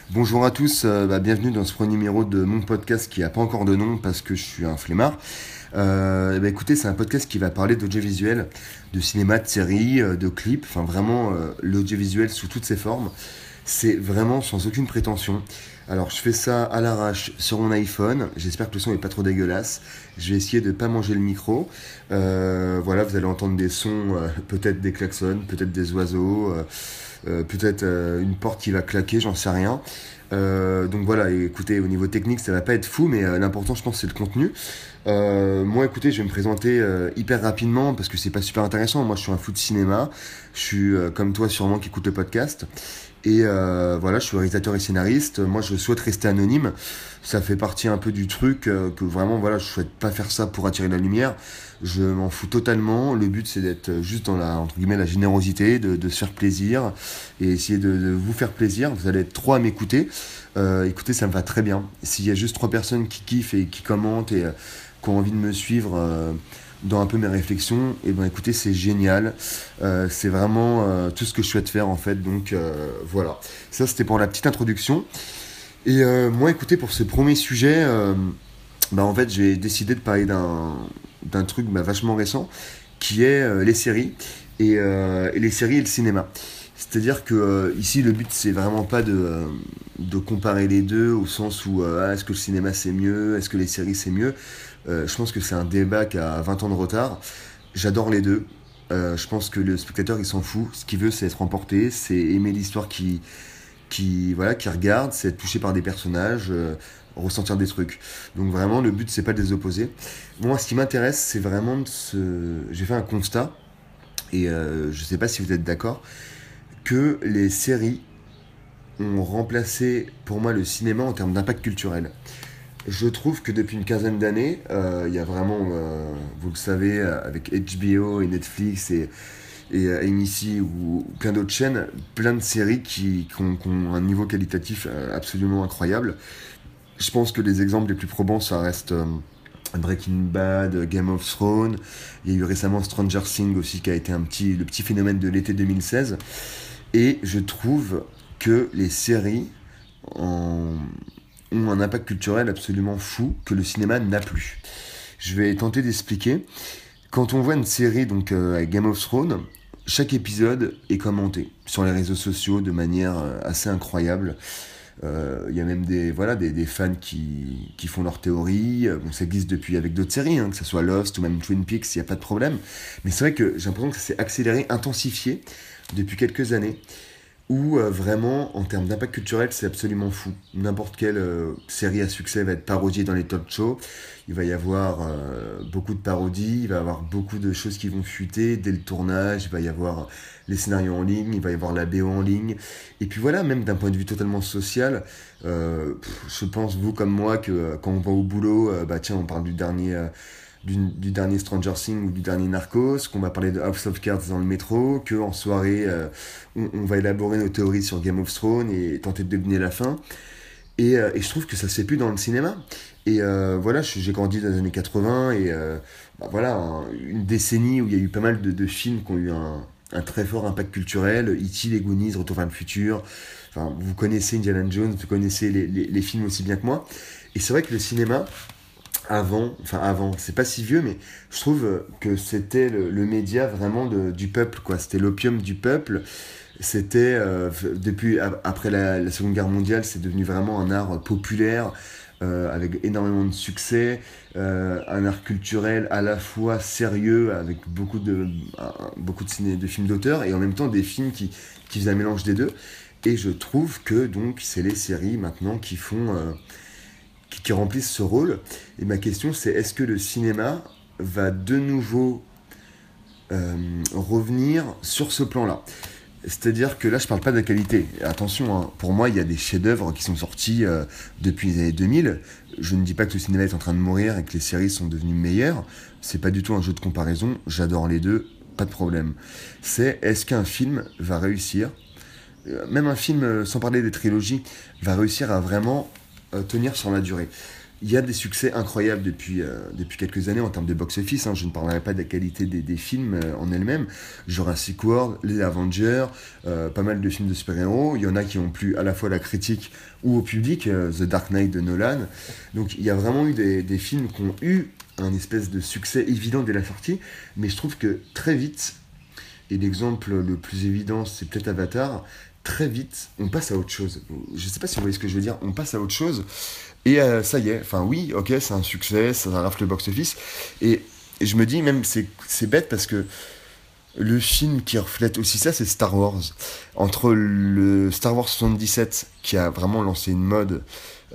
Bonjour à tous, bienvenue dans ce premier numéro de mon podcast qui n'a pas encore de nom parce que je suis un flemmard. Écoutez, c'est un podcast qui va parler d'audiovisuel, de cinéma, de séries, de clips, enfin vraiment l'audiovisuel sous toutes ses formes. C'est vraiment sans aucune prétention. Alors je fais ça à l'arrache sur mon iPhone, j'espère que le son est pas trop dégueulasse. Je vais essayer de pas manger le micro. Voilà, vous allez entendre des sons, peut-être des klaxons, peut-être des oiseaux, peut-être une porte qui va claquer, j'en sais rien. Donc voilà, et écoutez, au niveau technique, ça va pas être fou, mais l'important, je pense, c'est le contenu. Moi, écoutez, je vais me présenter hyper rapidement parce que c'est pas super intéressant. Moi, je suis un fou de cinéma. Je suis comme toi, sûrement, qui écoute le podcast. Et voilà, je suis réalisateur et scénariste. Moi, je souhaite rester anonyme. Ça fait partie un peu du truc que vraiment, voilà, je souhaite pas faire ça pour attirer la lumière. Je m'en fous totalement. Le but, c'est d'être juste dans la, entre guillemets, la générosité, de se faire plaisir et essayer de vous faire plaisir. Vous allez être trois à m'écouter. Écoutez, ça me va très bien. S'il y a juste trois personnes qui kiffent et qui commentent et qui ont envie de me suivre dans un peu mes réflexions, et ben écoutez, c'est génial. C'est vraiment tout ce que je souhaite faire en fait. Donc voilà. Ça, c'était pour la petite introduction. Et moi, écoutez, pour ce premier sujet, en fait, j'ai décidé de parler d'un truc vachement récent, qui est les séries et les séries et le cinéma. C'est-à-dire que ici, le but, c'est vraiment pas de comparer les deux au sens où est-ce que le cinéma c'est mieux, est-ce que les séries c'est mieux. Je pense que c'est un débat qui a 20 ans de retard. J'adore les deux. Je pense que le spectateur il s'en fout. Ce qu'il veut, c'est être emporté, c'est aimer l'histoire qui regarde, c'est être touché par des personnages, ressentir des trucs. Donc vraiment, le but, c'est pas de les opposer. Moi, ce qui m'intéresse, c'est vraiment de se. J'ai fait un constat, et je sais pas si vous êtes d'accord, que les séries ont remplacé pour moi le cinéma en termes d'impact culturel. Je trouve que depuis une quinzaine d'années, il y a vraiment, vous le savez, avec HBO et Netflix et AMC ou plein d'autres chaînes, plein de séries qui ont un niveau qualitatif absolument incroyable. Je pense que les exemples les plus probants, ça reste Breaking Bad, Game of Thrones. Il y a eu récemment Stranger Things aussi, qui a été le petit phénomène de l'été 2016. Et je trouve que les séries ont un impact culturel absolument fou que le cinéma n'a plus. Je vais tenter d'expliquer. Quand on voit une série, donc Game of Thrones, chaque épisode est commenté sur les réseaux sociaux de manière assez incroyable. Il y a même des fans qui font leurs théories. Bon, ça existe depuis avec d'autres séries, que ce soit Lost ou même Twin Peaks, il n'y a pas de problème. Mais c'est vrai que j'ai l'impression que ça s'est accéléré, intensifié depuis quelques années où vraiment, en termes d'impact culturel, c'est absolument fou. N'importe quelle série à succès va être parodiée dans les talk shows. Il va y avoir beaucoup de parodies, il va y avoir beaucoup de choses qui vont fuiter dès le tournage, il va y avoir les scénarios en ligne, il va y avoir la BO en ligne. Et puis voilà, même d'un point de vue totalement social, je pense, vous comme moi, que quand on va au boulot, tiens, on parle du dernier Stranger Things ou du dernier Narcos, qu'on va parler de House of Cards dans le métro, qu'en soirée, on va élaborer nos théories sur Game of Thrones et tenter de deviner la fin. Et je trouve que ça se fait plus dans le cinéma. Et voilà, j'ai grandi dans les années 80 et une décennie où il y a eu pas mal de films qui ont eu un très fort impact culturel. E.T., les Goonies, Retour vers le futur. Enfin, vous connaissez Indiana Jones, vous connaissez les films aussi bien que moi. Et c'est vrai que le cinéma, avant, c'est pas si vieux, mais je trouve que c'était le média vraiment du peuple, quoi. C'était l'opium du peuple. C'était, après la Seconde Guerre mondiale, c'est devenu vraiment un art populaire, avec énormément de succès, un art culturel à la fois sérieux, avec beaucoup de films d'auteur, et en même temps des films qui faisaient un mélange des deux. Et je trouve que donc c'est les séries maintenant qui remplissent ce rôle. Et ma question, c'est est-ce que le cinéma va de nouveau revenir sur ce plan-là? C'est-à-dire que là, je parle pas de la qualité. Attention, pour moi, il y a des chefs-d'œuvre qui sont sortis depuis les années 2000. Je ne dis pas que le cinéma est en train de mourir et que les séries sont devenues meilleures. C'est pas du tout un jeu de comparaison. J'adore les deux, pas de problème. C'est est-ce qu'un film va réussir, même un film, sans parler des trilogies, va réussir à vraiment tenir sur la durée. il y a des succès incroyables depuis quelques années en termes de box-office. Hein. Je ne parlerai pas de la qualité des films en elles-mêmes. Jurassic World, les Avengers, pas mal de films de super-héros. Il y en a qui ont plu à la fois à la critique ou au public. The Dark Knight de Nolan. Donc il y a vraiment eu des films qui ont eu un espèce de succès évident dès la sortie. Mais je trouve que très vite, et l'exemple le plus évident, c'est peut-être Avatar, très vite, on passe à autre chose. Je ne sais pas si vous voyez ce que je veux dire. On passe à autre chose. Et ça y est, enfin oui, ok, c'est un succès, ça rafle le box-office. Et je me dis, même, c'est bête parce que le film qui reflète aussi ça, c'est Star Wars. Entre le Star Wars 77, qui a vraiment lancé une mode,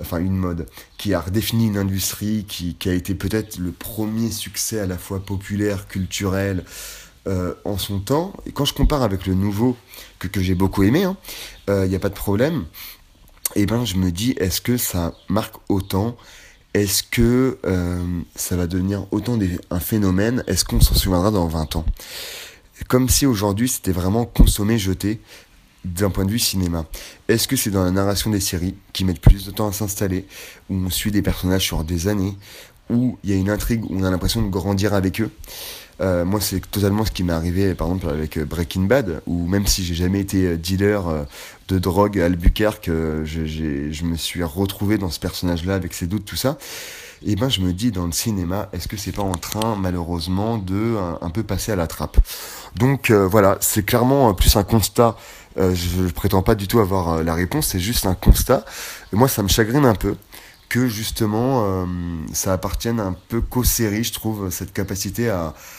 qui a redéfini une industrie, qui a été peut-être le premier succès à la fois populaire, culturel, en son temps. Et quand je compare avec le nouveau, que j'ai beaucoup aimé, il n'y a pas de problème. Et ben je me dis, est-ce que ça marque autant? Est-ce que ça va devenir autant un phénomène? Est-ce qu'on s'en souviendra dans 20 ans? Comme si aujourd'hui c'était vraiment consommé, jeté d'un point de vue cinéma. Est-ce que c'est dans la narration des séries qui mettent plus de temps à s'installer, où on suit des personnages sur des années, où il y a une intrigue, où on a l'impression de grandir avec eux? Moi, c'est totalement ce qui m'est arrivé, par exemple, avec Breaking Bad, où même si j'ai jamais été dealer de drogue à Albuquerque, je me suis retrouvé dans ce personnage-là avec ses doutes, tout ça. Et ben, je me dis, dans le cinéma, est-ce que c'est pas en train, malheureusement, de un peu passer à la trappe? Donc voilà, c'est clairement plus un constat. Je prétends pas du tout avoir la réponse, c'est juste un constat. Et moi, ça me chagrine un peu que justement, ça appartienne un peu qu'aux séries, je trouve, cette capacité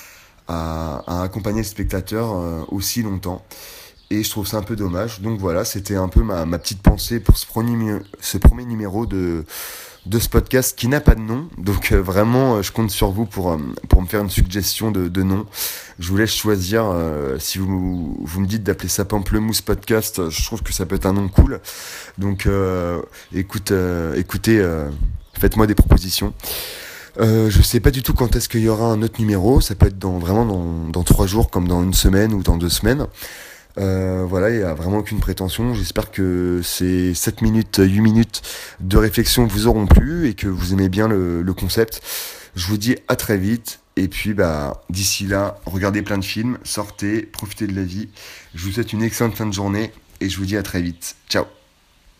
à accompagner le spectateur aussi longtemps. Et je trouve ça un peu dommage. Donc voilà, c'était un peu ma petite pensée pour ce premier numéro de ce podcast qui n'a pas de nom. Donc vraiment, je compte sur vous pour me faire une suggestion de nom. Je vous laisse choisir. Si vous me dites d'appeler ça Pamplemousse Podcast, je trouve que ça peut être un nom cool. Donc écoutez, faites-moi des propositions. Je sais pas du tout quand est-ce qu'il y aura un autre numéro. Ça peut être vraiment dans 3 jours, comme dans une semaine ou dans 2 semaines. Voilà, il n'y a vraiment aucune prétention. J'espère que ces 7 minutes, 8 minutes de réflexion vous auront plu et que vous aimez bien le concept. Je vous dis à très vite. Et puis d'ici là, regardez plein de films, sortez, profitez de la vie. Je vous souhaite une excellente fin de journée et je vous dis à très vite. Ciao.